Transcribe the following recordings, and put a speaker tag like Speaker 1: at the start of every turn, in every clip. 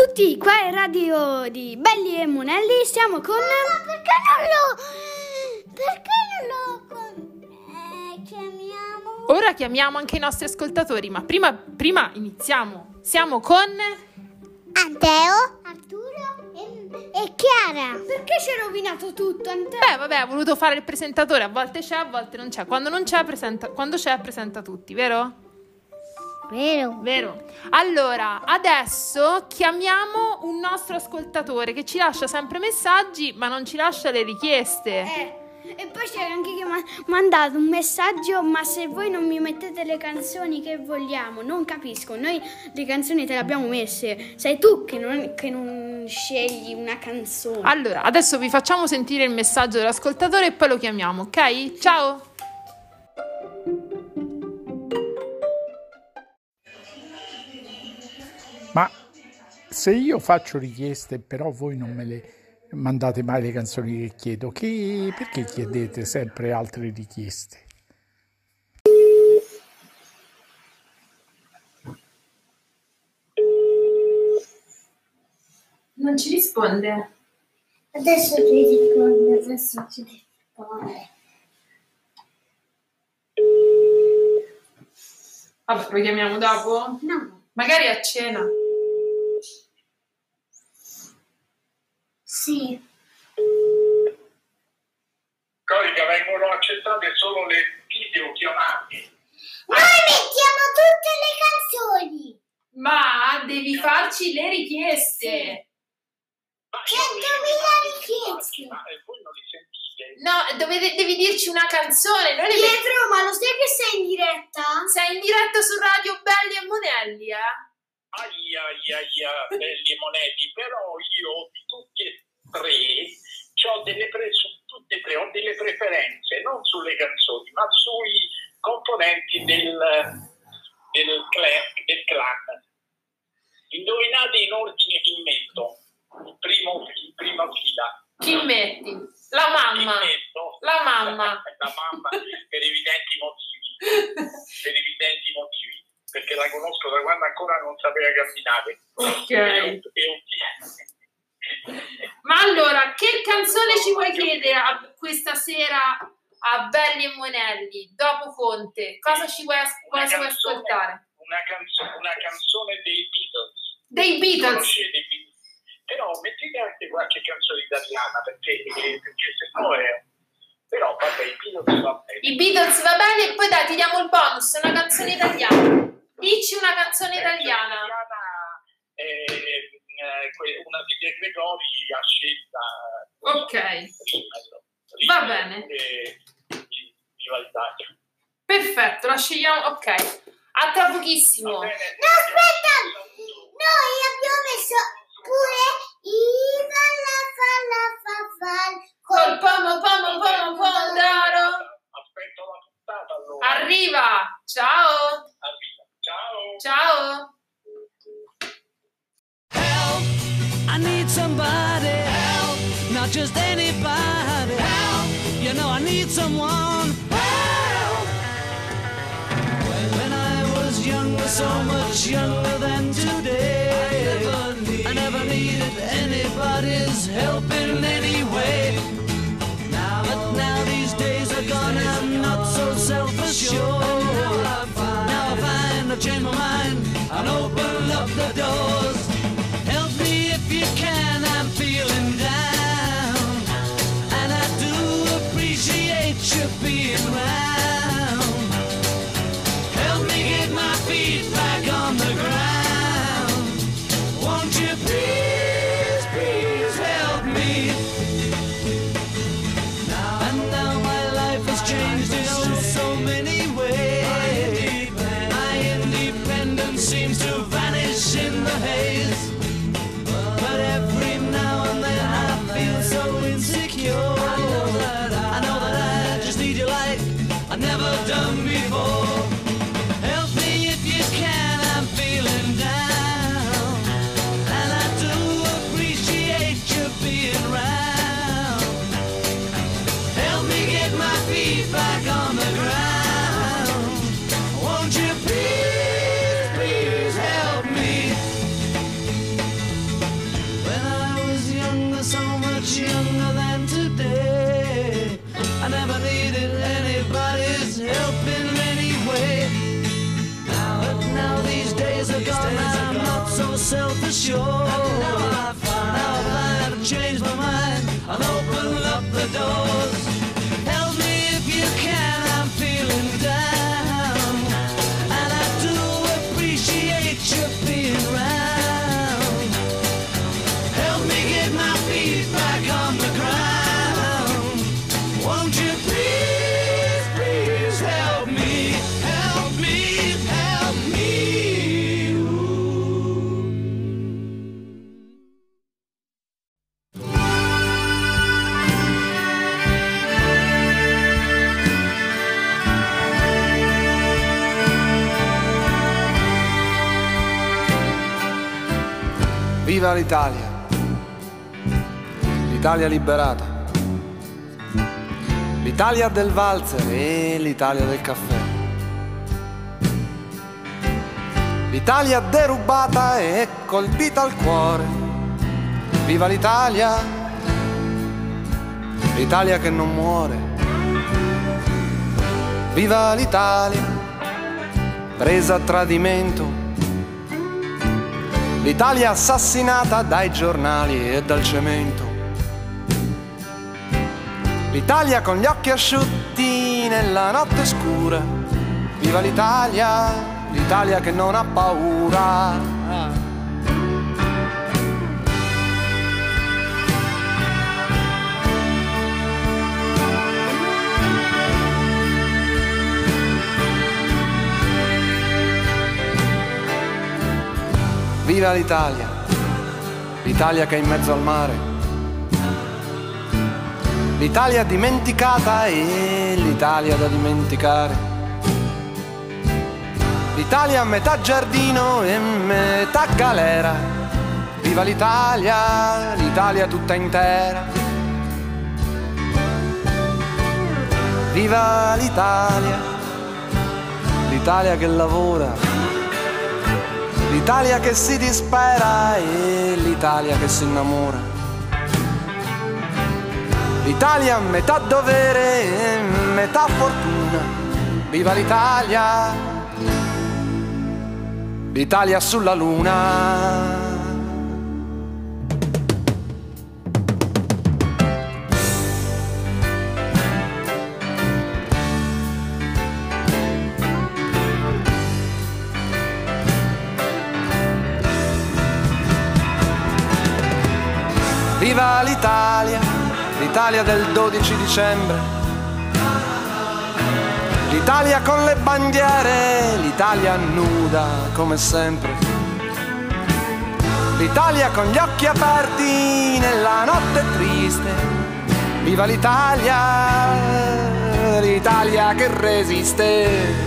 Speaker 1: tutti, qua è Radio di Belli e Monelli, siamo con...
Speaker 2: Perché non lo chiamiamo?
Speaker 3: Ora chiamiamo anche i nostri ascoltatori, ma prima iniziamo. Siamo con...
Speaker 2: Anteo, Arturo e Chiara.
Speaker 1: Perché ci hai rovinato tutto, Anteo?
Speaker 3: Vabbè, ho voluto fare il presentatore, a volte c'è, a volte non c'è. Quando non c'è, quando c'è, presenta tutti, vero? Vero. Allora, adesso chiamiamo un nostro ascoltatore che ci lascia sempre messaggi, ma non ci lascia le richieste.
Speaker 1: E poi c'è anche chi mi ha mandato un messaggio: ma se voi non mi mettete le canzoni che vogliamo, non capisco, noi le canzoni te le abbiamo messe, sei tu che non scegli una canzone.
Speaker 3: Allora, adesso vi facciamo sentire il messaggio dell'ascoltatore e poi lo chiamiamo, ok? Ciao!
Speaker 4: Ma se io faccio richieste però voi non me le mandate mai le canzoni che chiedo, perché chiedete sempre altre richieste?
Speaker 3: Non ci risponde.
Speaker 2: Adesso ci risponde.
Speaker 3: Vabbè, lo chiamiamo dopo?
Speaker 2: No.
Speaker 3: Magari a cena.
Speaker 2: Sì.
Speaker 5: Carica, vengono accettate solo le videochiamate.
Speaker 2: Noi mettiamo tutte le canzoni.
Speaker 3: Ma devi farci le richieste.
Speaker 5: Ma
Speaker 2: 100.000 richieste.
Speaker 5: Ma voi non li sentite?
Speaker 3: No, devi dirci una canzone. Noi
Speaker 1: Pietro, ma lo sai che sei in diretta?
Speaker 3: sei in diretta su Radio Belli e Monelli,
Speaker 5: Aia, belli e monelli, però io di tutti e tre ho su tutte e tre ho delle preferenze, non sulle canzoni, ma sui componenti del clan. Indovinate in ordine chi metto, in prima fila.
Speaker 3: Chi metti? La mamma.
Speaker 5: Chi metto?
Speaker 3: La mamma.
Speaker 5: La mamma, per evidenti motivi. Perché la conosco da quando ancora non sapeva camminare.
Speaker 3: Ok. Ma allora, che canzone ci vuoi chiedere questa sera a Belli e Monelli, dopo Conte? Cosa vuoi ascoltare?
Speaker 5: Una canzone dei Beatles.
Speaker 3: Dei Beatles?
Speaker 5: Conoscete i Beatles? Però mettete anche qualche canzone italiana, perché se no è... Però vabbè, i Beatles va bene.
Speaker 3: I Beatles va bene, e poi dai, ti diamo il bonus, una canzone italiana. Dici una canzone italiana.
Speaker 5: Una di De Gregori a scelta.
Speaker 3: Ok. Va bene.
Speaker 5: Viva l'Italia.
Speaker 3: Perfetto, la scegliamo. Ok. A tra pochissimo.
Speaker 2: No, aspetta. Noi abbiamo messo pure Iva la fa
Speaker 3: Col pomodoro.
Speaker 5: Aspetto la puntata allora.
Speaker 3: Arriva. Ciao. Ciao.
Speaker 6: Help, I need somebody. Help, not just anybody. Help, you know I need someone. Help. When I was younger, so much younger than today, I never needed anybody's help in any way. But now these days are gone, I'm not so self-assured. Now I find I've changed my mind and open up the doors. Help me if you can, I'm feeling down, and I do appreciate you being around. Help me get my feet back on the ground. Won't you please, please help me? And now my life has changed in so many ways. My independence seems to vanish in the haze. But every now and then I feel so insecure. I know that I just need you like I've never done before. Help me if you can, I'm feeling down, and I do appreciate you being around. Help me get my feet back on the ground. Won't you please, please help the shore. Now I find I've changed my mind and open up the doors. Help me if you can, I'm feeling down, and I do appreciate you being round. Help me get my feet back on the ground. Won't you please, please help me, help me, help me. Ooh.
Speaker 7: Viva l'Italia! L'Italia liberata! L'Italia del valzer e l'Italia del caffè. L'Italia derubata e colpita al cuore. Viva l'Italia! L'Italia che non muore. Viva l'Italia! Presa a tradimento. L'Italia assassinata dai giornali e dal cemento. L'Italia con gli occhi asciutti nella notte scura. Viva l'Italia, l'Italia che non ha paura. Viva l'Italia, l'Italia che è in mezzo al mare. L'Italia dimenticata e l'Italia da dimenticare. L'Italia a metà giardino e metà galera. Viva l'Italia, l'Italia tutta intera. Viva l'Italia, l'Italia che lavora. L'Italia che si dispera e l'Italia che si innamora. L'Italia a metà dovere e metà fortuna. Viva l'Italia, l'Italia sulla luna. Viva l'Italia, l'Italia del 12 dicembre. L'Italia con le bandiere, l'Italia nuda come sempre. L'Italia con gli occhi aperti nella notte triste. Viva l'Italia, l'Italia che resiste.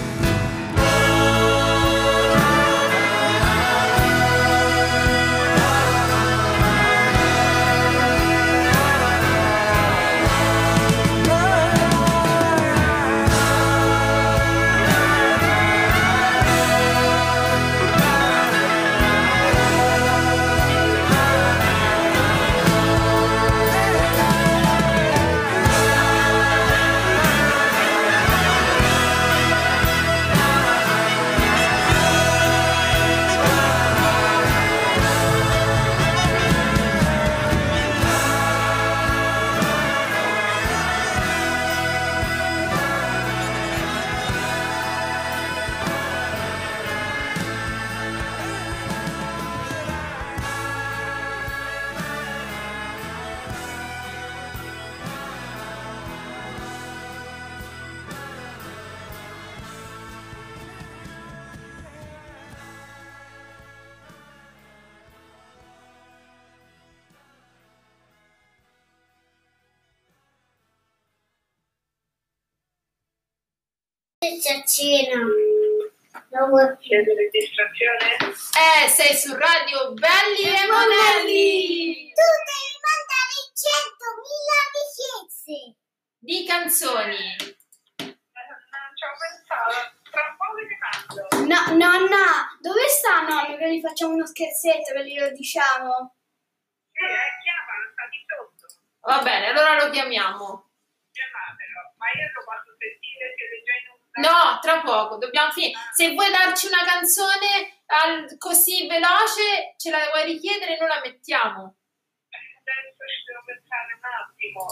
Speaker 2: A cena. Non vuoi
Speaker 5: Chiedere distrazione?
Speaker 3: Sei su Radio Belli e Monelli
Speaker 2: Tu devi mandare 100.000 richieste
Speaker 3: di canzoni.
Speaker 5: Non ci ho pensato, tra un po' ve ne mando.
Speaker 1: No, nonna, dove sta nonno? Che gli facciamo uno scherzetto, che glielo diciamo.
Speaker 5: Chiamalo, sta di sotto.
Speaker 3: Va bene, allora lo chiamiamo.
Speaker 5: Chiamatelo, ma io lo posso sentire, siete già in un...
Speaker 3: No, tra poco, dobbiamo finire. Se vuoi darci una canzone, così veloce, ce la vuoi richiedere e noi la mettiamo.
Speaker 5: Adesso ci devo pensare un attimo.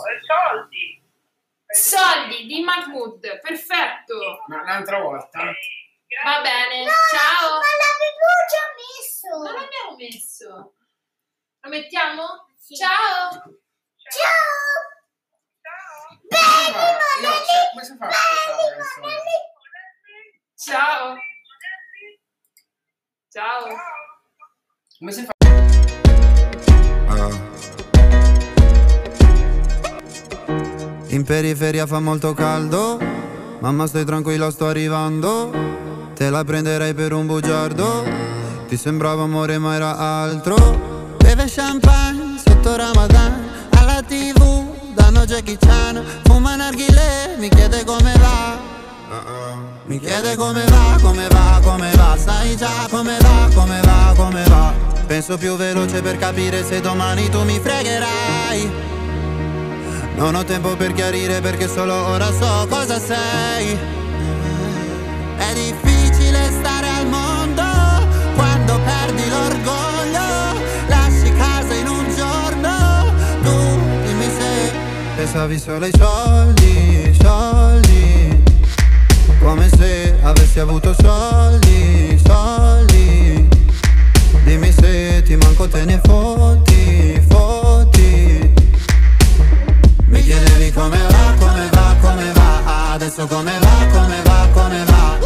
Speaker 5: Soldi
Speaker 3: Di Mahmood, perfetto.
Speaker 8: Ma un'altra volta?
Speaker 3: Va bene,
Speaker 2: No,
Speaker 3: ciao.
Speaker 2: ma l'avevo già messo.
Speaker 3: Non l'abbiamo messo. Lo mettiamo?
Speaker 2: Sì.
Speaker 3: Ciao.
Speaker 2: Ciao.
Speaker 8: Come si fa a ascoltare la canzone?
Speaker 3: Ciao. Ciao.
Speaker 8: Come si fa?
Speaker 9: In periferia fa molto caldo, mamma stai tranquilla sto arrivando, te la prenderei per un bugiardo, ti sembrava amore ma era altro. Beve champagne sotto Ramadan, alla TV danno Jackie Chan, fuma narghilè, mi chiede come va. Mi chiede come va, come va, come va, sai già come va, come va, come va. Penso più veloce per capire se domani tu mi fregherai. Non ho tempo per chiarire perché solo ora so cosa sei. È difficile stare al mondo quando perdi l'orgoglio, lasci casa in un giorno, tu dimmi se pensavi solo ai soldi, soldi, come se avessi avuto soldi, soldi. Dimmi se ti manco te ne fotti, fotti. Mi chiedevi come va, come va, come va. Adesso come va, come va, come va.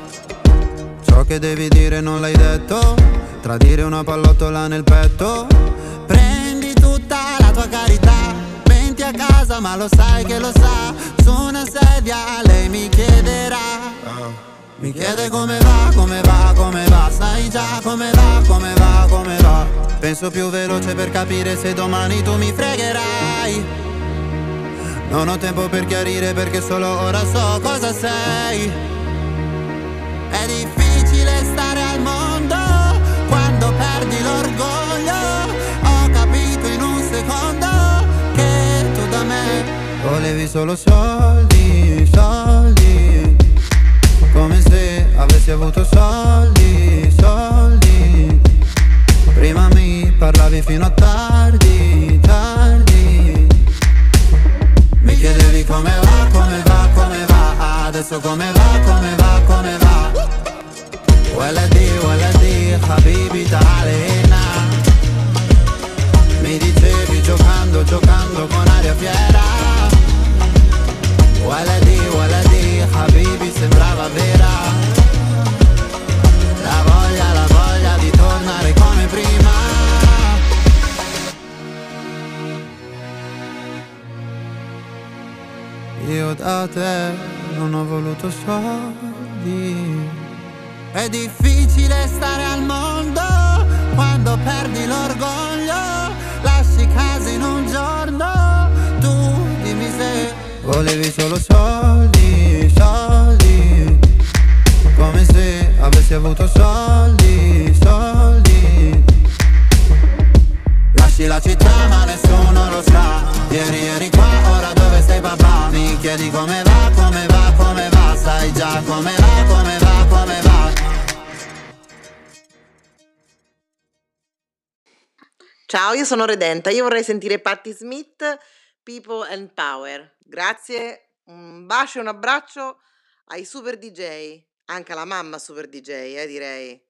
Speaker 9: Ciò che devi dire non l'hai detto, tradire una pallottola nel petto. Prendi tutta la tua carità, menti a casa ma lo sai che lo sa. Su una sedia lei mi chiederà. Mi chiede come va, come va, come va. Sai già come va, come va, come va. Penso più veloce per capire se domani tu mi fregherai. Non ho tempo per chiarire perché solo ora so cosa sei. È difficile stare al mondo quando perdi l'orgoglio. Ho capito in un secondo che tu da me volevi solo soldi, soldi, come se avessi avuto soldi, soldi. Prima mi parlavi fino a tardi, tardi. Mi chiedevi come va, come va, come va. Adesso come va, come va, come va. Waladi, habibi ta'alina. Mi dicevi giocando, giocando con aria fiera. Waladi, habibi sembrava vera. La voglia di tornare come prima. Io da te non ho voluto soldi. È difficile stare al mondo quando perdi l'orgoglio, lasci casa in un giorno, tu dimmi se volevi solo soldi, soldi, come se avessi avuto soldi, soldi. Lasci la città ma nessuno lo sa. Ieri eri qua, ora dove sei papà? Mi chiedi come va, come va, come va. Sai già come va, come va, come va.
Speaker 10: Ciao, io sono Redenta, io vorrei sentire Patti Smith, People and Power. Grazie, un bacio e un abbraccio ai super DJ, anche alla mamma super DJ, direi.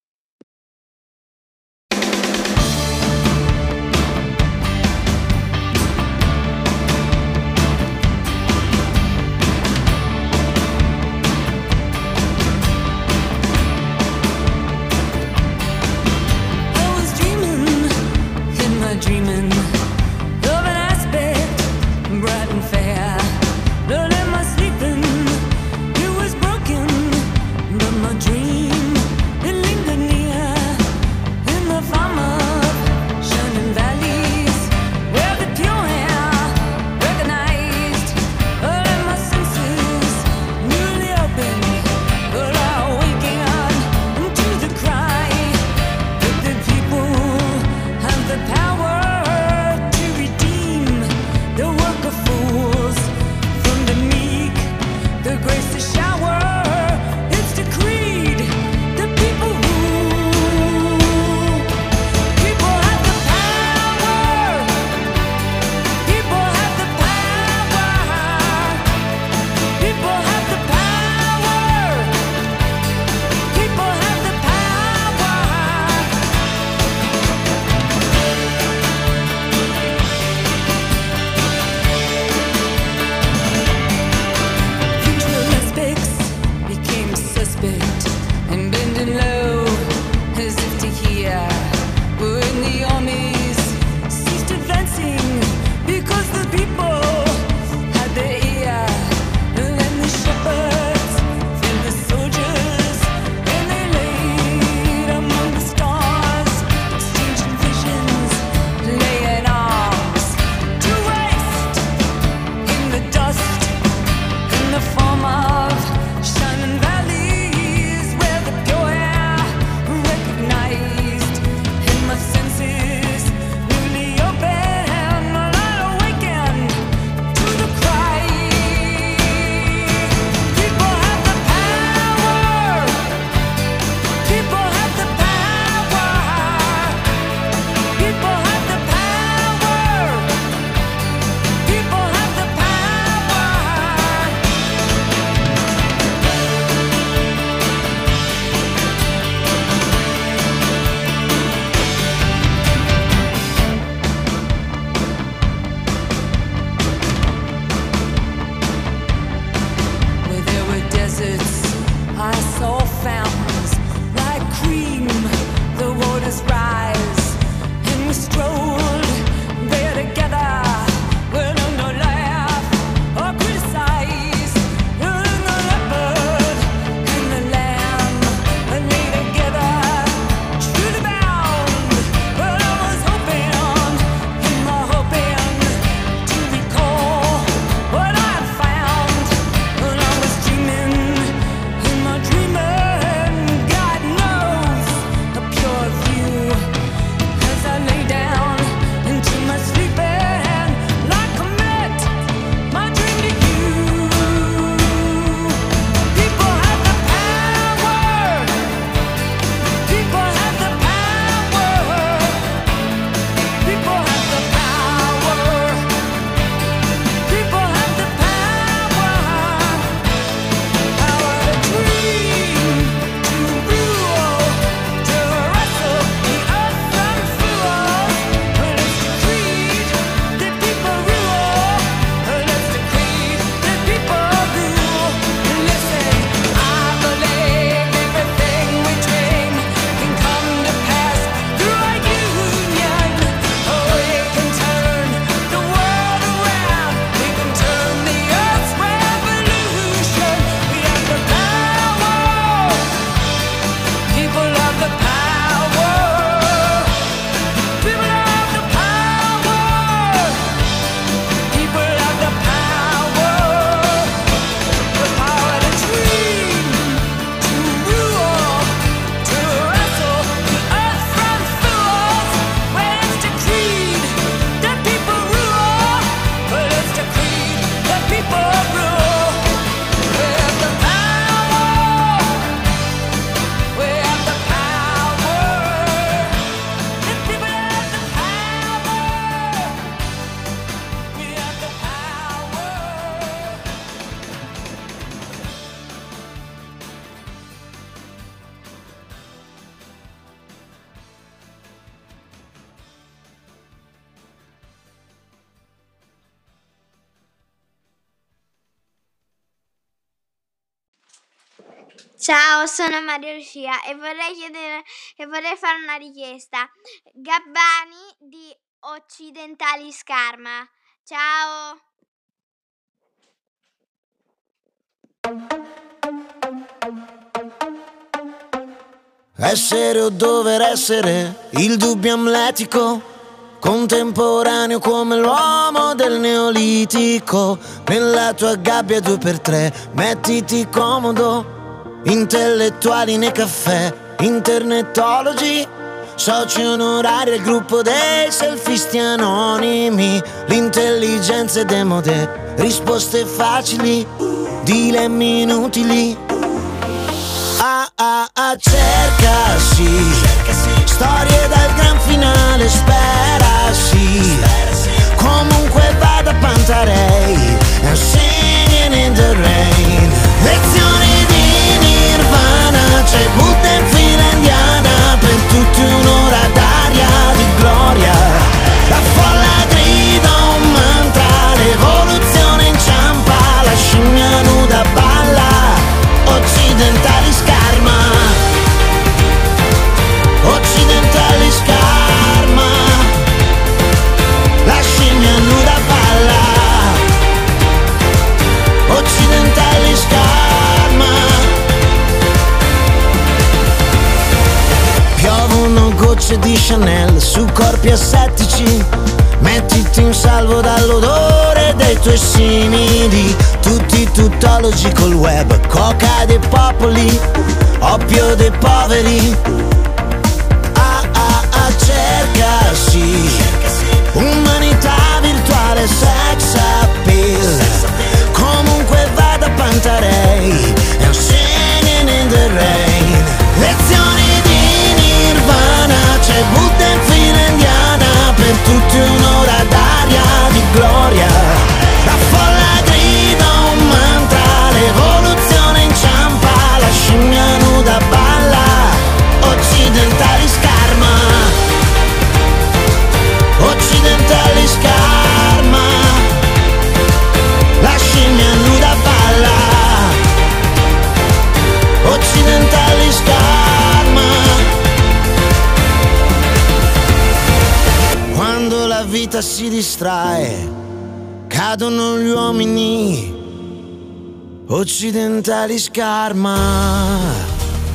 Speaker 6: Dreaming of an aspect bright and fair. Not in my sleeping, it was broken, but my dream, it
Speaker 11: Ciao, sono Maria Lucia e vorrei fare una richiesta. Gabbani di Occidentali Scarma. Ciao.
Speaker 6: Essere o dover essere, il dubbio amletico, contemporaneo come l'uomo del Neolitico. Nella tua gabbia 2x3, mettiti comodo, intellettuali nei caffè, internetologi, soci onorari al gruppo dei selfisti anonimi. L'intelligenza è demode, risposte facili, dilemmi inutili. Cercasi, storie dal gran finale, sperasi. Comunque vada Pantarei, I'm singing in the rain. Lezioni di Nirvana, c'è Buddha in fila indiana, per tutti un'ora d'aria di gloria. La folla grida un mantra, l'evoluzione inciampa, la scimmia nuda balla. Occidentali Scarma, Occidentali Scarma, la scimmia nuda balla. Occidentali Scarma. Piovono gocce di Chanel su corpi assettici, mettiti in salvo dall'odore dei tuoi simili. Tutti tuttologi col web, coca dei popoli, oppio dei poveri. Cercasi, umanità virtuale, sex appeal. Comunque vada Pantarei, I'm singing in the rain. Lezioni di Nirvana, c'è Buddha in fila indiana, per tutti un'ora d'aria di gloria. La folla grida un mantra, l'evoluzione inciampa, la scimmia nuda balla. Occidentali Scarma, Occidentali Scarma, la scimmia nuda balla. Occidentali Scarma. Quando la vita si distrae, cadono gli uomini. Occidentali Scarma.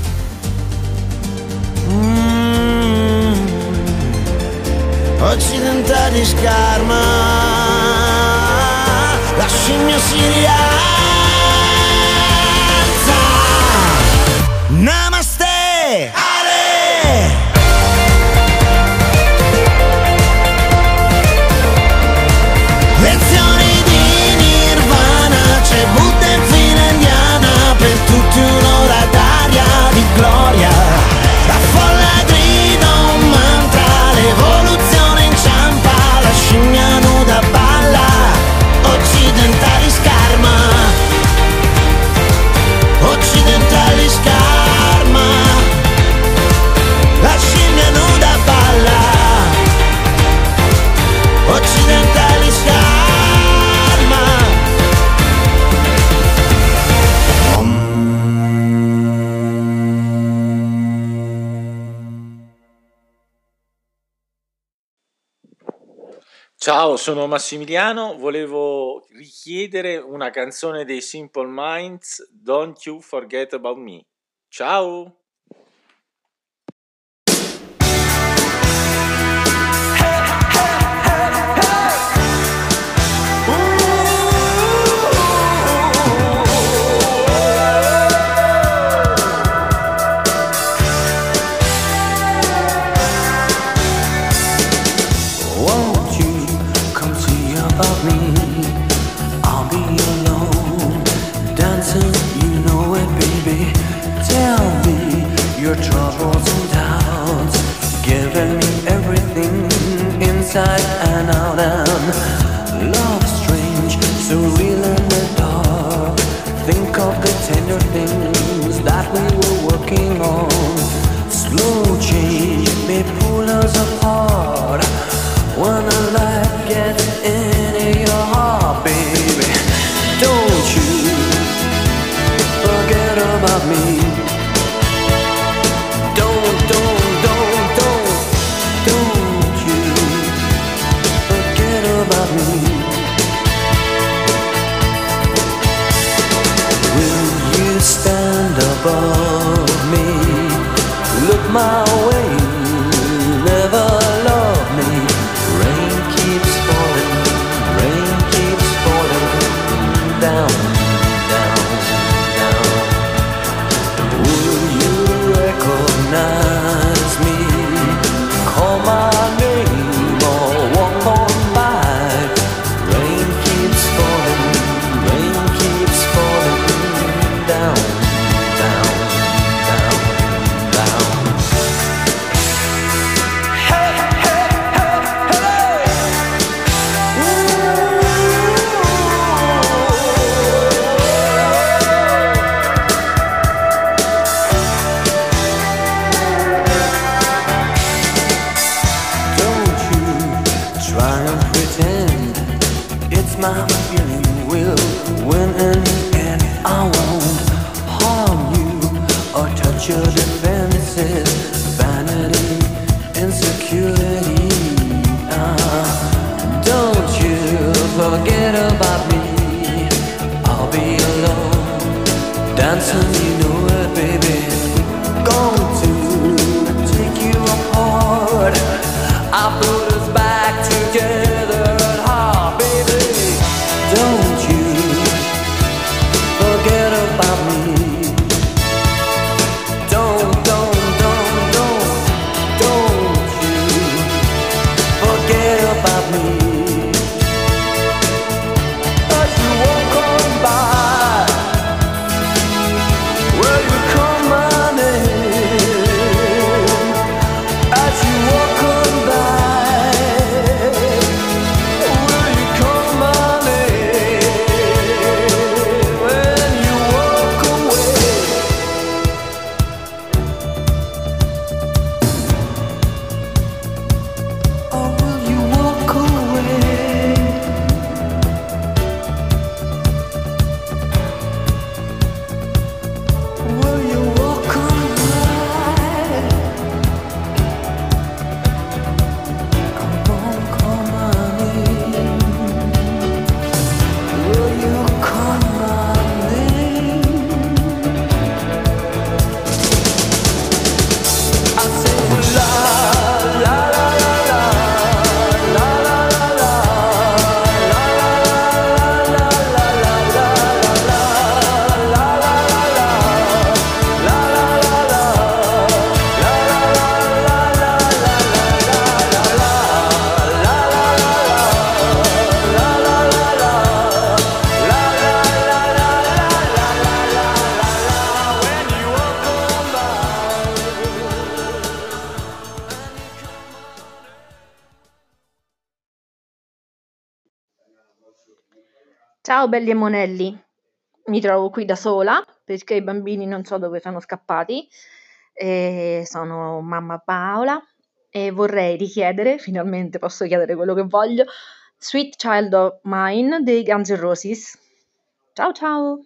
Speaker 6: Occidentali Scarma, la scimmia si rialza. Namaste, Ale. Lezioni di Nirvana, c'è Buddha in fila indiana, per tutti un'ora d'aria di gloria. La folla grida un mantra, l'evoluzione inciampa, la scimmia nuda balla. Occidentali Scarma, Occidentali Scarma, la scimmia nuda balla. Occidentali Scarma.
Speaker 12: Ciao, sono Massimiliano, volevo richiedere una canzone dei Simple Minds, Don't You Forget About Me. Ciao!
Speaker 6: Your troubles and doubts, giving me everything inside and out, and love strange, so real in the dark. Think of the tender things that we were working on. Slow change may pull us apart when the light gets into your heart, baby. Don't you forget about me. my way, never loved me. Rain keeps falling down, down, down. Will you recognize me? Call my name or walk on by. Rain keeps falling down, down, down, down. Hey, hey, hey, hey. Don't you try and pretend it's my feeling will win in the end. I won't harm you or touch your defenses. Vanity, insecurity. Don't you forget about me. I'll be alone, dancing, you know it, baby. Going to take you apart. I put us back together at heart, baby. Don't you forget about me. Don't you forget about me. As you walk on by, will you call my name? As you walk on by, will you call my name? When you walk away, or will you walk away? Will you walk on by? Come on, call my name. Will you call my name? I say la la la la la la la la la la la
Speaker 13: Ciao belli e monelli, mi trovo qui da sola perché i bambini non so dove sono scappati e sono mamma Paola e vorrei richiedere, finalmente posso chiedere quello che voglio, Sweet Child of Mine dei Guns N' Roses. Ciao ciao!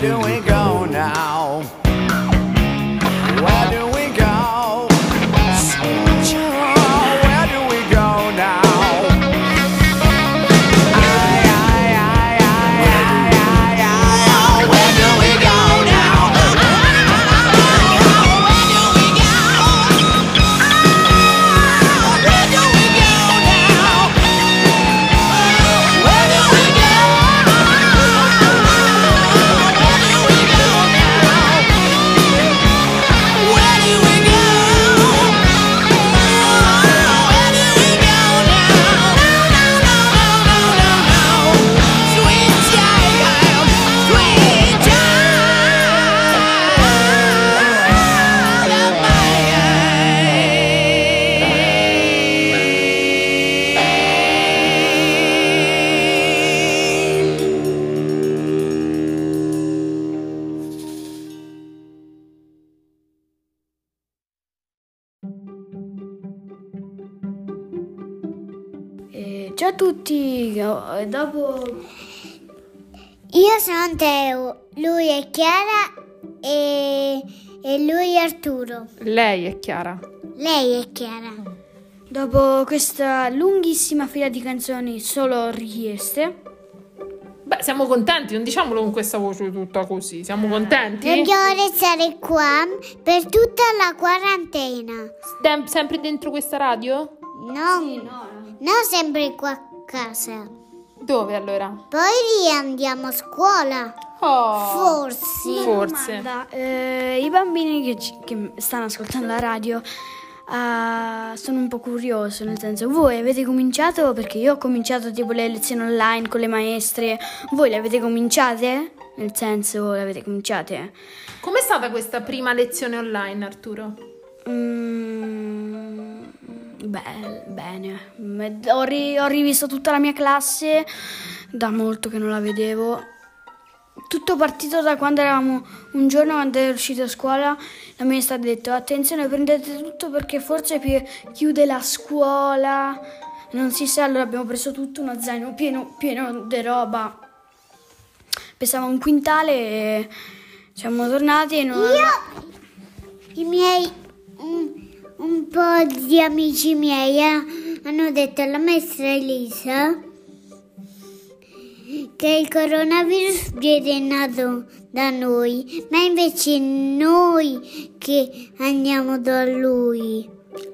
Speaker 7: do we go now? Where do we go? Where do we go now? Where do we go now?
Speaker 1: Ciao a tutti, dopo...
Speaker 2: Io sono Teo, lui è Chiara e lui è Arturo.
Speaker 3: Lei è Chiara.
Speaker 2: Lei è Chiara.
Speaker 1: Dopo questa lunghissima fila di canzoni solo richieste...
Speaker 3: Beh, siamo contenti, non diciamolo con questa voce tutta così, siamo contenti?
Speaker 2: Voglio restare qua per tutta la quarantena.
Speaker 3: Sempre dentro questa radio?
Speaker 2: No, non sempre qua a casa.
Speaker 3: Dove allora?
Speaker 2: Poi andiamo a scuola.
Speaker 3: Oh,
Speaker 2: Forse.
Speaker 1: Domanda, i bambini che stanno ascoltando la radio sono un po' curioso, nel senso, voi avete cominciato? Perché io ho cominciato tipo le lezioni online con le maestre. Voi le avete cominciate? Nel senso, le avete cominciate?
Speaker 3: Com'è stata questa prima lezione online, Arturo?
Speaker 1: Bene. Ho rivisto tutta la mia classe, da molto che non la vedevo. Tutto partito da quando eravamo un giorno, quando ero uscito a scuola, la maestra ha detto: attenzione, prendete tutto perché forse chiude la scuola. Non si sa, allora abbiamo preso tutto, uno zaino pieno di roba. Pesava 1 quintale e siamo tornati e
Speaker 2: I miei... Un po' di amici miei hanno detto alla maestra Elisa che il coronavirus viene nato da noi, ma invece noi che andiamo da lui.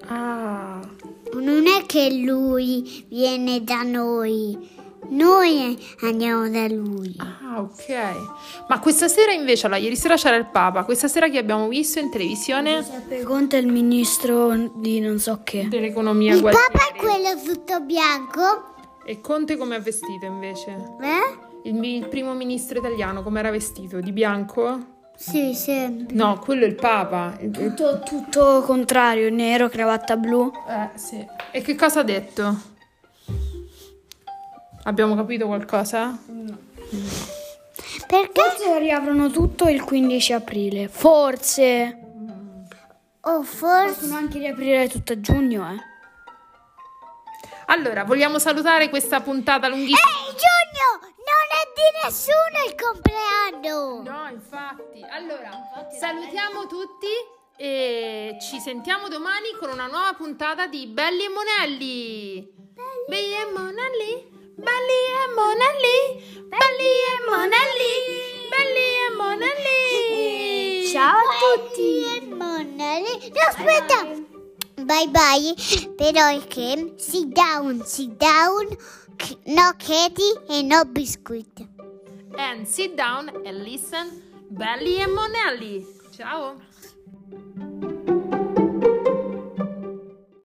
Speaker 2: Non è che lui viene da noi andiamo da lui.
Speaker 3: Ok. Ma questa sera invece, ieri sera c'era il Papa, questa sera che abbiamo visto in televisione?
Speaker 1: Giuseppe Conte è il ministro di non so che.
Speaker 3: Dell'economia.
Speaker 2: Il Papa è quello tutto bianco?
Speaker 3: E Conte come è vestito invece? Il primo ministro italiano come era vestito? Di bianco?
Speaker 2: Sì, sempre.
Speaker 3: No, quello è il Papa.
Speaker 1: Tutto contrario, nero, cravatta blu.
Speaker 3: Sì. E che cosa ha detto? Abbiamo capito qualcosa?
Speaker 1: No.
Speaker 2: Perché?
Speaker 1: Forse riaprono tutto il 15 aprile. Forse. Possono anche riaprire tutto a giugno,
Speaker 3: Allora, vogliamo salutare questa puntata lunghissima?
Speaker 2: Giugno! Non è di nessuno il compleanno!
Speaker 3: No, infatti. Allora, salutiamo tutti e ci sentiamo domani con una nuova puntata di Belli e Monelli. Belli e Monelli. Belli e Monelli. Belli e Monelli. Belli e Monelli.
Speaker 1: Ciao a tutti.
Speaker 2: Belli e Monelli. No, aspetta. Bye bye. Però è che sit down. No Katie e no biscuit.
Speaker 3: And sit down and listen. Belli e Monelli. Ciao.